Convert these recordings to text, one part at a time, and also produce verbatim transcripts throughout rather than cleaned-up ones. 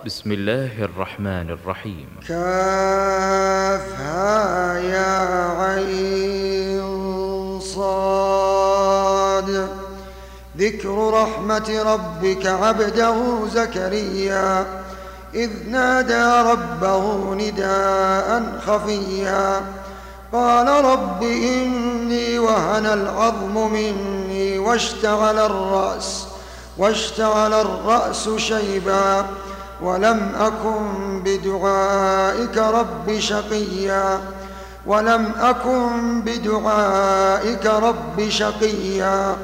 بسم الله الرحمن الرحيم. كافها يا عين صاد. ذكر رحمة ربك عبده زكريا إذ نادى ربه نداء خفيا قال رب إني وهن العظم مني واشتعل الرأس واشتعل الرأس شيبا ولم أكن بدعائك رب شقيا ولم أكن بدعائك رب شقيا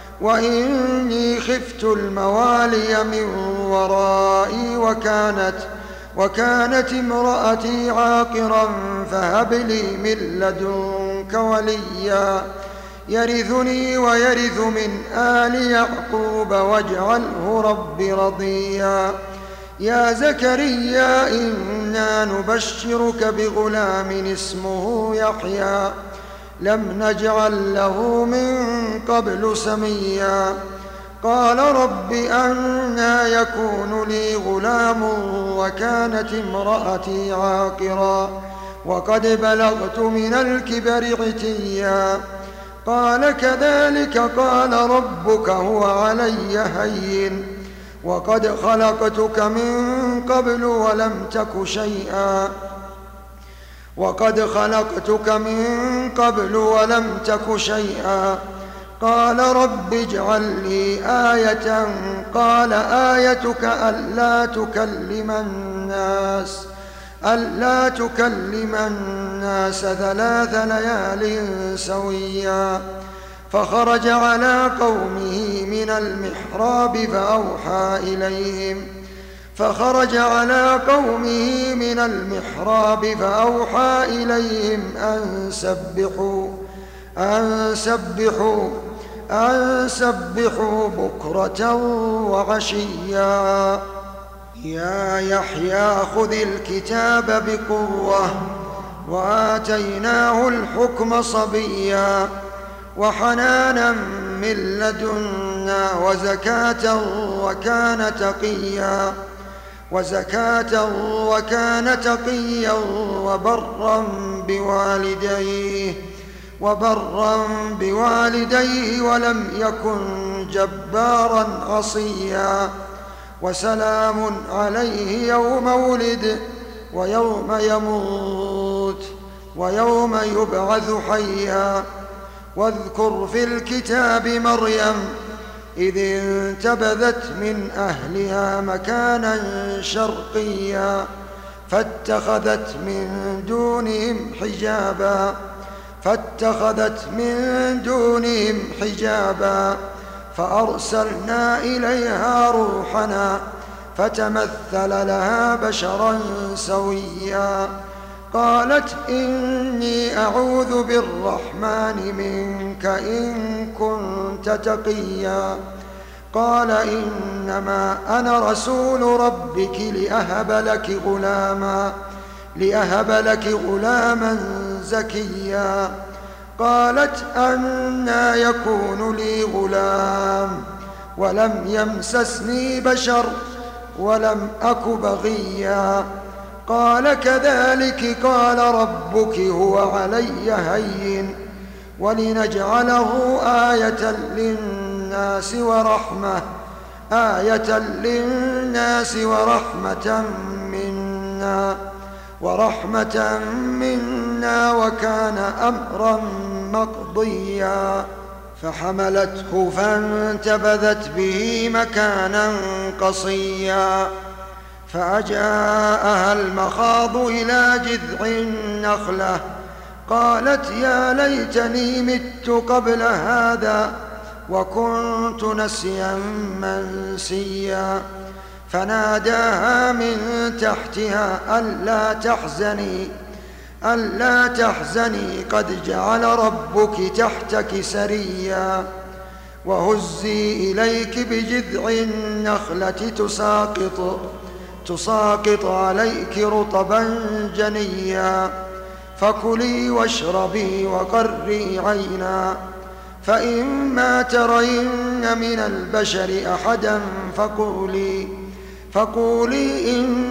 وإني خفت الموالي من ورائي وكانت وكانت امرأتي عاقرا فهب لي من لدنك وليا يرثني ويرث من آل يعقوب واجعله رب رضيا يا زكريا إنا نبشرك بغلام اسمه يحيى لم نجعل له من قبل سميا قال رب أنى يكون لي غلام وكانت امرأتي عاقرا وقد بلغت من الكبر عتيا قال كذلك قال ربك هو علي هين وقد خلقتك من قبل ولم تك شيئا وقد خلقتك من قبل ولم تك شيئا قال رب اجعل لي آية قال آيتك ألا تكلم الناس ألا تكلم الناس ثلاث ليال سويا فخرج على قومه من المحراب فأوحى إليهم فخرج على قومه من المحراب فأوحى إليهم أن سبحوا أن سبحوا أن سبحوا بكرة وعشيا يا يحيى خذ الكتاب بقوة وآتيناه الحكم صبيا وحنانا من لدنا وزكاة وكان تقيا وزكاة وكان تقيا وبرا بوالديه وبرا بوالديه ولم يكن جبارا عصيا وسلام عليه يوم ولد ويوم يموت ويوم يبعث حيا واذكر في الكتاب مريم إذ انتبذت من أهلها مكانا شرقيا فاتخذت من دونهم حجابا فاتخذت من دونهم حجابا فأرسلنا إليها روحنا فتمثل لها بشرا سويا قالت إني أعوذ بالرحمن منك إن كنت تقيا قال إنما أنا رسول ربك لأهب لك غلاما لأهب لك غلاما زكيا قالت أنى يكون لي غلام ولم يمسسني بشر ولم أك بغيا قال كذلك قال ربك هو علي هين ولنجعله آية للناس ورحمة آية للناس ورحمة منا ورحمة منا وكان أمرا مقضيا فحملته فانتبذت به مكانا قصيا فأجاءها المخاض إلى جذع النخلة قالت يا ليتني مت قبل هذا وكنت نسيا منسيا فناداها من تحتها ألا تحزني ألا تحزني قد جعل ربك تحتك سريا وهزي إليك بجذع النخلة تساقط تساقط عليك رطبا جنيا فكلي واشربي وقري عينا فإما ترين من البشر أحدا فقولي فقولي إن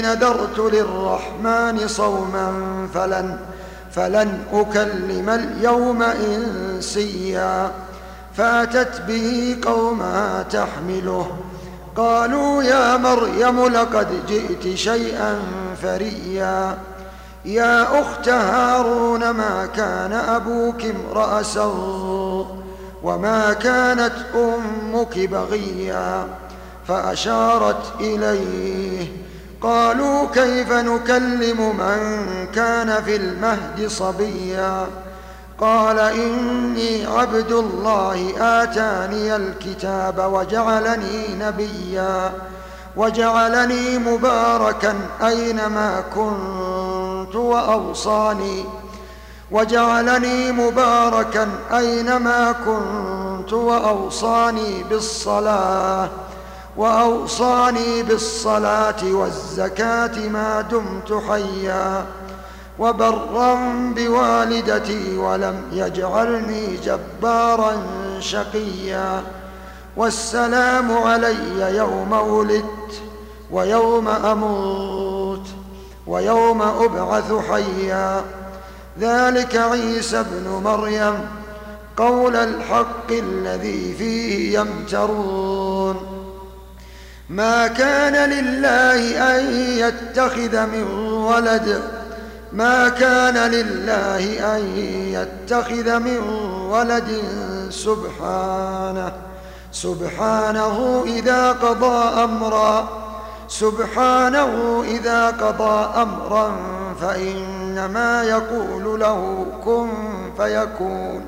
نذرت للرحمن صوما فلن, فلن أكلم اليوم إنسيا فأتت به قومها تحمله قالوا يا مريم لقد جئت شيئا فريا يا أخت هارون ما كان أبوك امرأ سوء وما كانت أمك بغيا فأشارت إليه قالوا كيف نكلم من كان في المهد صبيا قال إني عبد الله آتاني الكتاب وجعلني نبيا وجعلني مباركا أينما كنت وأوصاني وجعلني مباركا أينما كنت وأوصاني بالصلاة وأوصاني بالصلاة والزكاة ما دمت حيا وبرا بوالدتي ولم يجعلني جبارا شقيا والسلام علي يوم ولدت ويوم أموت ويوم أبعث حيا ذلك عيسى ابن مريم قول الحق الذي فيه يمترون ما كان لله أن يتخذ من ولد ما كان لله أن يتخذ من ولد سبحانه سبحانه إذا قضى أمرا سبحانه إذا قضى أمرا فإنما يقول له كن فيكون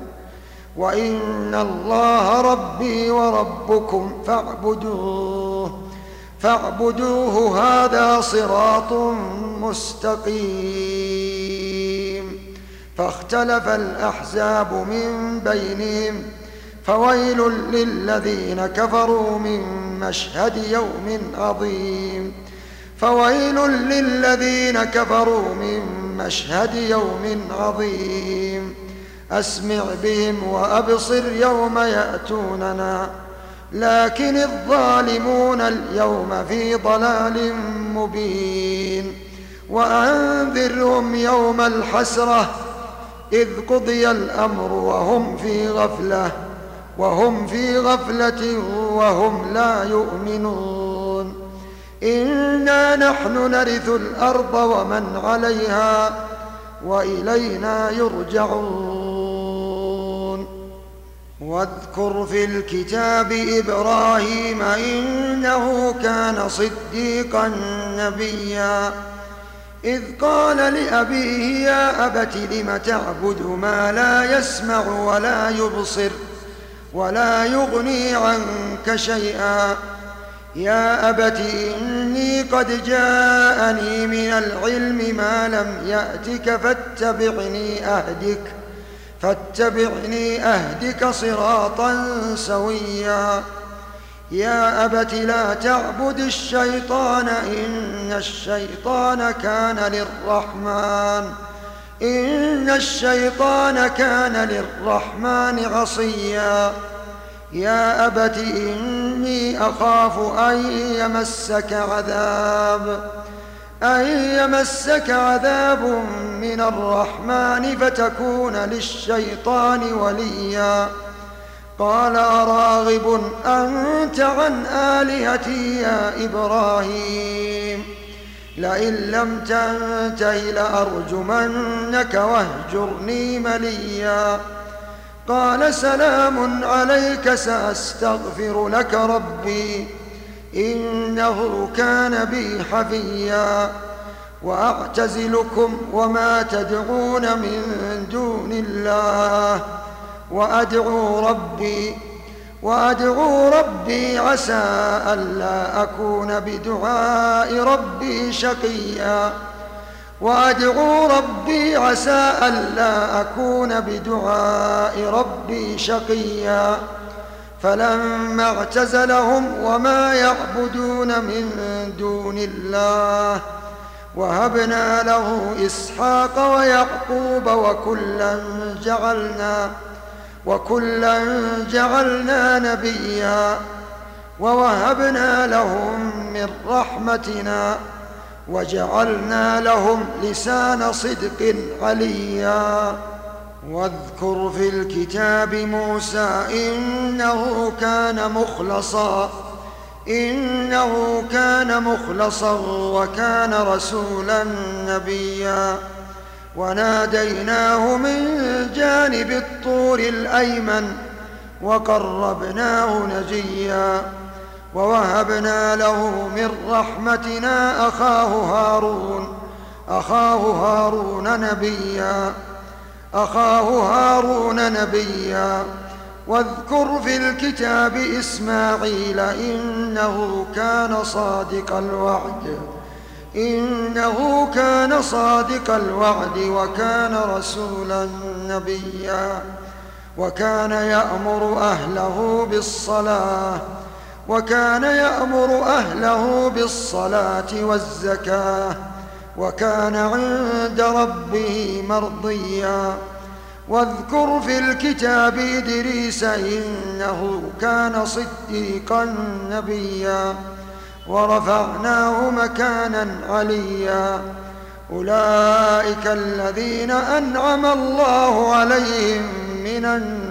وإن الله ربي وربكم فاعبدوه فاعبدوه هذا صراط مستقيم فاختلف الأحزاب من بينهم فويل للذين كفروا من مشهد يوم عظيم فويل للذين كفروا من مشهد يوم عظيم أسمع بهم وأبصر يوم يأتوننا لكن الظالمون اليوم في ضلال مبين وأنذرهم يوم الحسرة إذ قضي الأمر وهم في غفلة وهم في غفلة وهم لا يؤمنون إنا نحن نرث الأرض ومن عليها وإلينا يرجعون واذكر في الكتاب إبراهيم إنه كان صديقا نبيا إذ قال لأبيه يا أبت لم تعبد ما لا يسمع ولا يبصر ولا يغني عنك شيئا يا أبت إني قد جاءني من العلم ما لم يأتك فاتبعني أهدك فاتبعني أهدك صراطا سويا يا أبت لا تعبد الشيطان إن الشيطان كان للرحمن إن الشيطان كان للرحمن عصيا يا أبت إني أخاف أن يمسك عذاب أن يمسك عذاب من الرحمن فتكون للشيطان وليا قال أراغب أنت عن آلهتي يا إبراهيم لئن لم تنته لأرجمنك واهجرني مليا قال سلام عليك سأستغفر لك ربي إنه كان بي حفيا وأعتزلكم وما تدعون من دون الله وأدعو ربي وأدعو ربي عسى ألا أكون بدعاء ربي شقيا وأدعو ربي عسى ألا أكون بدعاء ربي شقيا فلما اعتزلهم وما يعبدون من دون الله وهبنا له إسحاق ويعقوب وكلا جعلنا وكلا جعلنا نبيا ووهبنا لهم من رحمتنا وجعلنا لهم لسان صدق عليا. واذكر في الكتاب موسى إنه كان مخلصا إنه كان مخلصا وكان رسولا نبيا. وناديناه من جانب الطور الأيمن وقربناه نجيا. ووهبنا له من رحمتنا أخاه هارون أخاه هارون نبيا أخاه هارون نبيا. واذكر في الكتاب إسماعيل إنه كان صادق الوعد إنه كان صادق الوعد وكان رسولا نبيا. وكان يأمر أهله بالصلاة وكان يأمر أهله بالصلاة والزكاة وكان عند ربه مرضيا. واذكر في الكتاب إدريس إنه كان صديقا نبيا. ورفعناه مكانا عليا. أولئك الذين أنعم الله عليهم من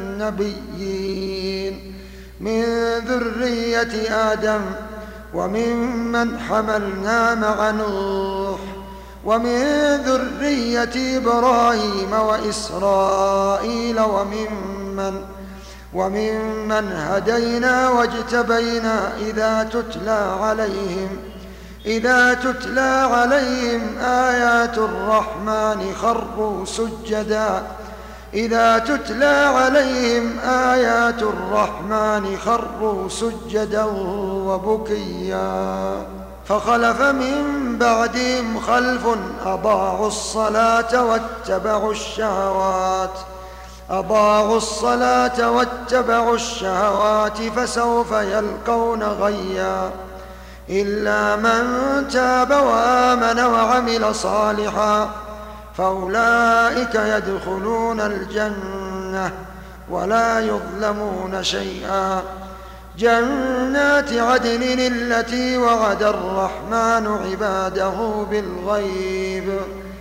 النبيين من ذرية آدم وممن حملنا مع نوح ومن ذرية إبراهيم وإسرائيل وممن وممن هدينا واجتبينا إذا تتلى عليهم إذا تتلى عليهم آيات الرحمن خروا سجدا إذا تتلى عليهم آيات الرحمن خروا سجدا وبكيا. فخلف من بعدهم خلف أضاعوا الصلاة واتبعوا الشهوات أضاعوا الصلاة واتبعوا الشهوات فسوف يلقون غيا. إلا من تاب وآمن وعمل صالحا فأولئك يدخلون الجنة ولا يظلمون شيئا. جنات عدن التي وعد الرحمن عباده بالغيب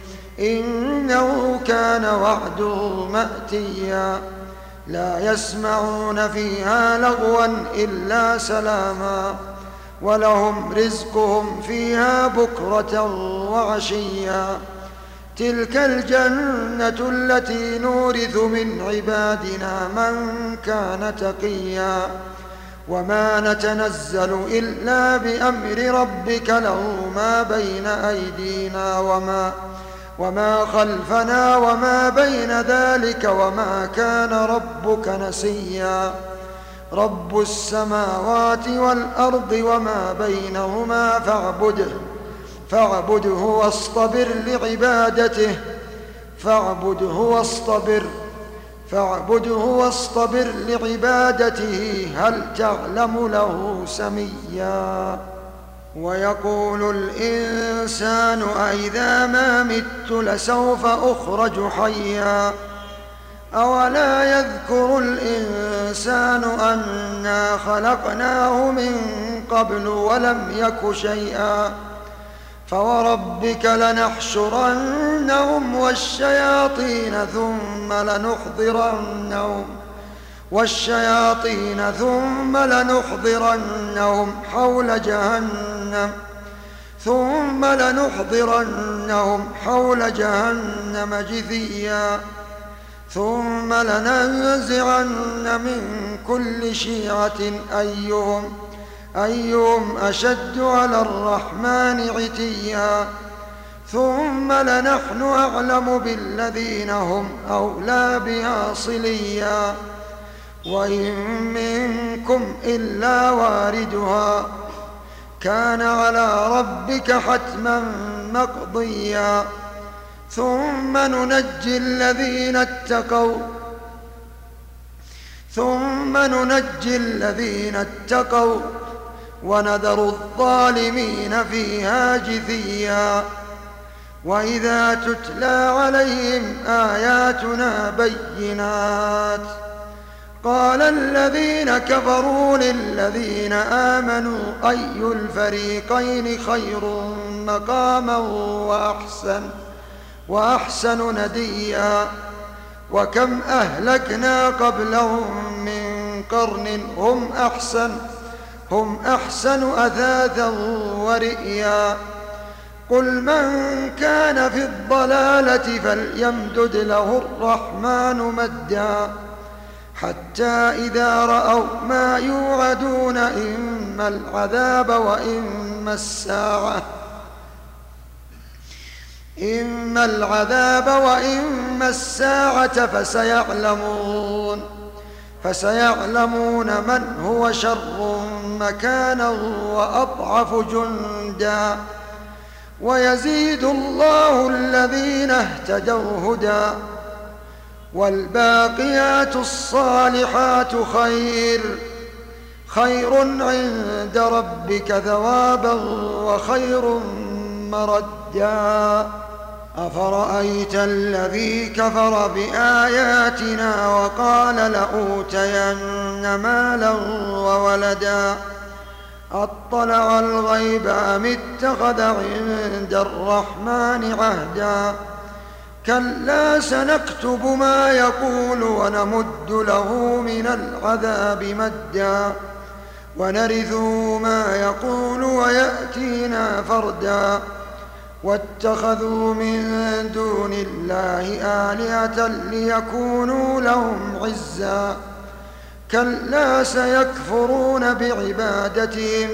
إنه كان وعده مأتيا. لا يسمعون فيها لغوا إلا سلاما ولهم رزقهم فيها بكرة وعشيا. تلك الجنة التي نورث من عبادنا من كان تقيا. وما نتنزل إلا بأمر ربك له ما بين أيدينا وما وما خلفنا وما بين ذلك وما كان ربك نسيا. رب السماوات والأرض وما بينهما فاعبده فاعبده واصطبر لعبادته فاعبده واصطبر فاعبده واصطبر لعبادته هل تعلم له سميا. ويقول الإنسان أإذا ما مت لسوف أخرج حيا. أولا يذكر الإنسان أنا خلقناه من قبل ولم يك شيئا. فوربك لنحشرنهم والشياطين ثم لنحضرنهم والشياطين ثم لنحضرنهم حول جهنم ثم لنحضرنهم حول جهنم جثيا. ثم لننزعن من كل شيعة أيهم أيهم أشد على الرحمن عتيا. ثم لنحن أعلم بالذين هم أولى بها صليا. وإن منكم إلا واردها كان على ربك حتما مقضيا. ثم ننجي الذين اتقوا ثم ننجي الذين اتقوا ونذر الظالمين فيها جثيا. وإذا تتلى عليهم آياتنا بينات قال الذين كفروا للذين آمنوا أي الفريقين خير مقاما وأحسن, وأحسن نديا. وكم أهلكنا قبلهم من قرن هم أحسن, هم أحسن أثاثا ورئيا. قل من كان في الضلالة فليمدد له الرحمن مدا, حتى إذا رأوا ما يوعدون إما العذاب وإما الساعة إما العذاب وإما الساعة فسيعلمون فسيعلمون من هو شر مكانا وأضعف جندا. ويزيد الله الذين اهتدوا هدى, والباقيات الصالحات خير خير عند ربك ثوابا وخير مردا. أفرأيت الذي كفر بآياتنا وقال لأوتين مالا وولدا, أطلع الغيب أم اتخذ عند الرحمن عهدا. كلا سنكتب ما يقول ونمد له من العذاب مدا, ونرثه ما يقول ويأتينا فردا. واتخذوا من دون الله آلهة ليكونوا لهم عزا. كلا سيكفرون بعبادتهم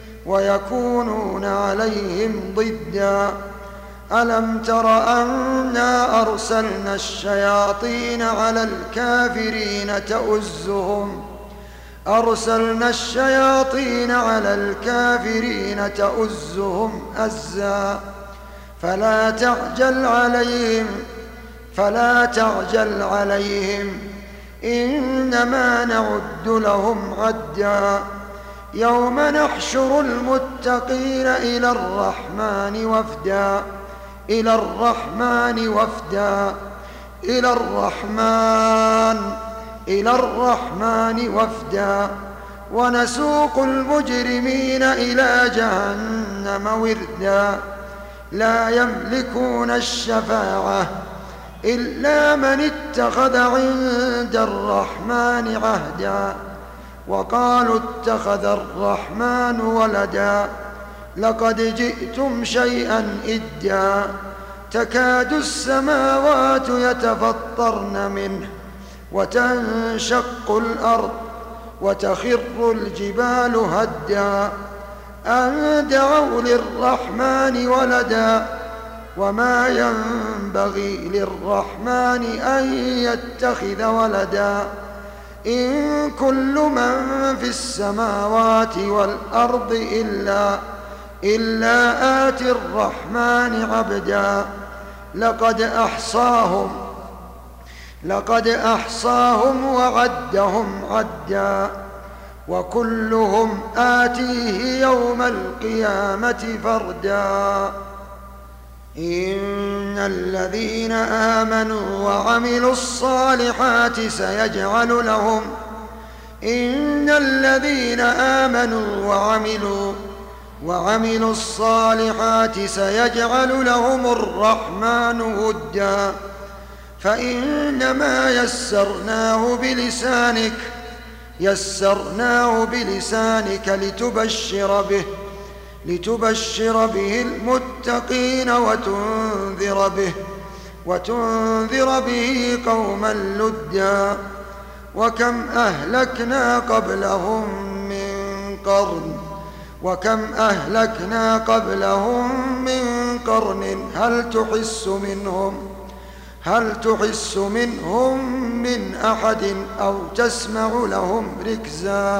ويكونون عليهم ضدا. ألم تر أنا أرسلنا الشياطين على الكافرين تؤزهم أرسلنا الشياطين على الكافرين تؤزهم أزا. فلا تعجل عليهم فلا تعجل عليهم إنما نعد لهم عدا. يوم نحشر المتقين إلى الرحمن وفدا إلى الرحمن وفدا إلى الرحمن إلى الرحمن وفدا. ونسوق المجرمين إلى جهنم وردا. لا يملكون الشفاعة إلا من اتخذ عند الرحمن عهدا. وقالوا اتخذ الرحمن ولدا. لقد جئتم شيئا إدا. تكاد السماوات يتفطرن منه وتنشق الأرض وتخر الجبال هدا أن دعوا للرحمن ولدا. وما ينبغي للرحمن أن يتخذ ولدا. إن كل من في السماوات والأرض إلا إلا آتي الرحمن عبدا. لقد أحصاهم لقد أحصاهم وعدهم عدا. وكلهم آتيه يوم القيامة فردا. إن الذين آمنوا وعملوا الصالحات سيجعل لهم إن الذين آمنوا وعملوا وعملوا الصالحات سيجعل لهم الرحمن ودا. فإنما يسرناه بلسانك يسرناه بلسانك لتبشر به لتبشر به المتقين وتنذر به وتنذر به قوما لدا. وكم أهلكنا قبلهم من قرن وكم أهلكنا قبلهم من قرن هل تحس منهم هل تحس منهم من أحد أو تسمع لهم ركزا.